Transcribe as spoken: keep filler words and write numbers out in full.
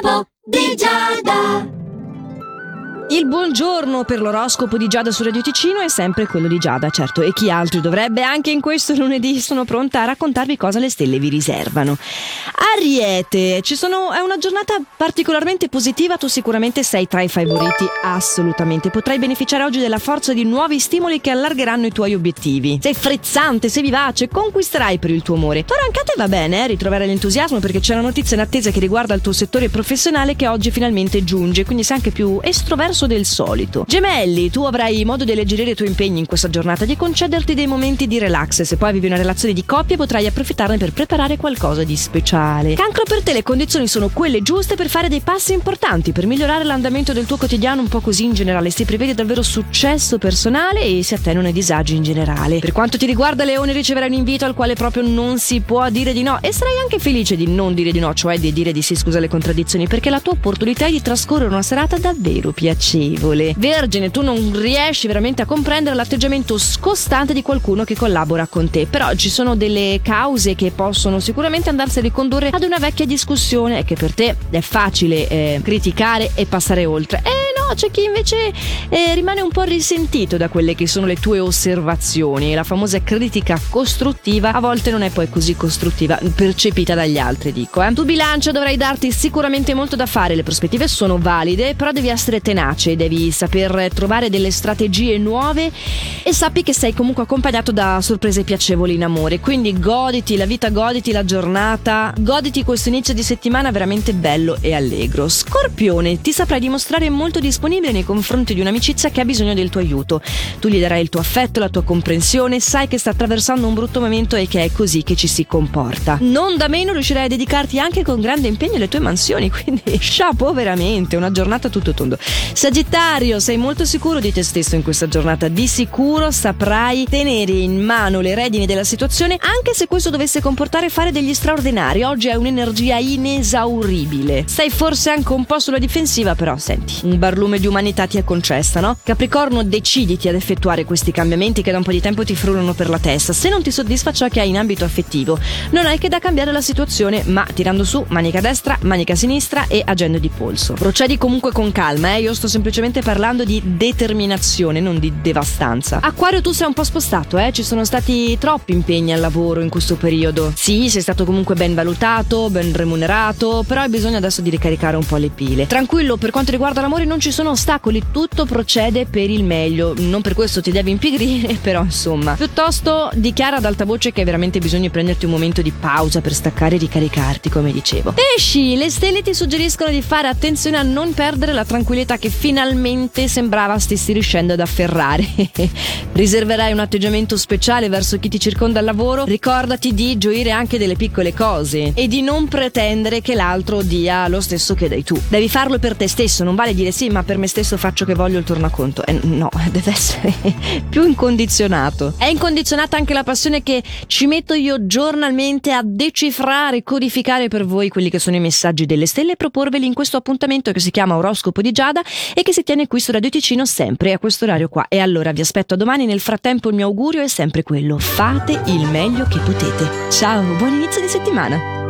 L'oroscopo di Giada. Il buongiorno per l'oroscopo di Giada su Radio Ticino è sempre quello di Giada, certo, e chi altro dovrebbe. Anche in questo lunedì sono pronta a raccontarvi cosa le stelle vi riservano. Ariete, ci sono, è una giornata particolarmente positiva, tu sicuramente sei tra i favoriti, assolutamente. Potrai beneficiare oggi della forza di nuovi stimoli che allargheranno i tuoi obiettivi. Sei frizzante, sei vivace, conquisterai per il tuo amore. Toro, anche a te va bene eh, ritrovare l'entusiasmo, perché c'è una notizia in attesa che riguarda il tuo settore professionale che oggi finalmente giunge, quindi sei anche più estroverso del solito. Gemelli, tu avrai modo di alleggerire i tuoi impegni in questa giornata, di concederti dei momenti di relax. Se poi vivi una relazione di coppia potrai approfittarne per preparare qualcosa di speciale. Cancro, per te le condizioni sono quelle giuste per fare dei passi importanti, per migliorare l'andamento del tuo quotidiano un po' così in generale. Si prevede davvero successo personale e si attenuano i disagi in generale. Per quanto ti riguarda, Leone, riceverai un invito al quale proprio non si può dire di no, e sarai anche felice di non dire di no, cioè di dire di sì, scusa le contraddizioni, perché la tua opportunità è di trascorrere una serata davvero piacevole. Vergine, tu non riesci veramente a comprendere l'atteggiamento scostante di qualcuno che collabora con te, però ci sono delle cause che possono sicuramente andarsi a ricondurre ad una vecchia discussione e che per te è facile eh, criticare e passare oltre. Eh no, c'è chi invece eh, rimane un po' risentito da quelle che sono le tue osservazioni. La famosa critica costruttiva a volte non è poi così costruttiva percepita dagli altri, dico eh. Tu, Bilancia, dovrai darti sicuramente molto da fare, le prospettive sono valide, però devi essere tenace, devi saper trovare delle strategie nuove e sappi che sei comunque accompagnato da sorprese piacevoli in amore, quindi goditi la vita, goditi la giornata, goditi questo inizio di settimana veramente bello e allegro. Scorpione, ti saprai dimostrare molto disponibile nei confronti di un'amicizia che ha bisogno del tuo aiuto. Tu gli darai il tuo affetto, la tua comprensione, sai che sta attraversando un brutto momento e che è così che ci si comporta. Non da meno riuscirai a dedicarti anche con grande impegno alle tue mansioni, quindi chapeau, veramente una giornata tutto tondo. Sagittario, sei molto sicuro di te stesso in questa giornata, di sicuro saprai tenere in mano le redini della situazione, anche se questo dovesse comportare fare degli straordinari. Oggi hai un'energia inesauribile, sei forse anche un po' sulla difensiva, però senti, un barlume di umanità ti è concessa, no? Capricorno, deciditi ad effettuare questi cambiamenti che da un po' di tempo ti frullano per la testa. Se non ti soddisfa ciò che hai in ambito affettivo, non hai che da cambiare la situazione, ma tirando su manica destra, manica sinistra e agendo di polso. Procedi comunque con calma, eh? Io sto semplicemente parlando di determinazione, non di devastanza. Acquario, tu sei un po' spostato, eh? Ci sono stati troppi impegni al lavoro in questo periodo. Sì, sei stato comunque ben valutato, ben remunerato, però hai bisogno adesso di ricaricare un po' le pile. Tranquillo, per quanto riguarda l'amore non ci sono ostacoli, tutto procede per il meglio. Non per questo ti devi impigrire, però insomma, piuttosto dichiara ad alta voce che hai veramente bisogno di prenderti un momento di pausa per staccare e ricaricarti, come dicevo. Pesci, le stelle ti suggeriscono di fare attenzione a non perdere la tranquillità che finalmente sembrava stessi riuscendo ad afferrare. Riserverai un atteggiamento speciale verso chi ti circonda al lavoro. Ricordati di gioire anche delle piccole cose e di non pretendere che l'altro dia lo stesso che dai tu. Devi farlo per te stesso, non vale dire sì, ma per me stesso faccio che voglio il tornaconto. Eh, no, deve essere più incondizionato. È incondizionata anche la passione che ci metto io giornalmente a decifrare, codificare per voi quelli che sono i messaggi delle stelle e proporveli in questo appuntamento che si chiama Oroscopo di Giada e che si tiene qui su Radio Ticino sempre a questo orario qua. E allora vi aspetto a domani. Nel frattempo il mio augurio è sempre quello: fate il meglio che potete. Ciao, buon inizio di settimana.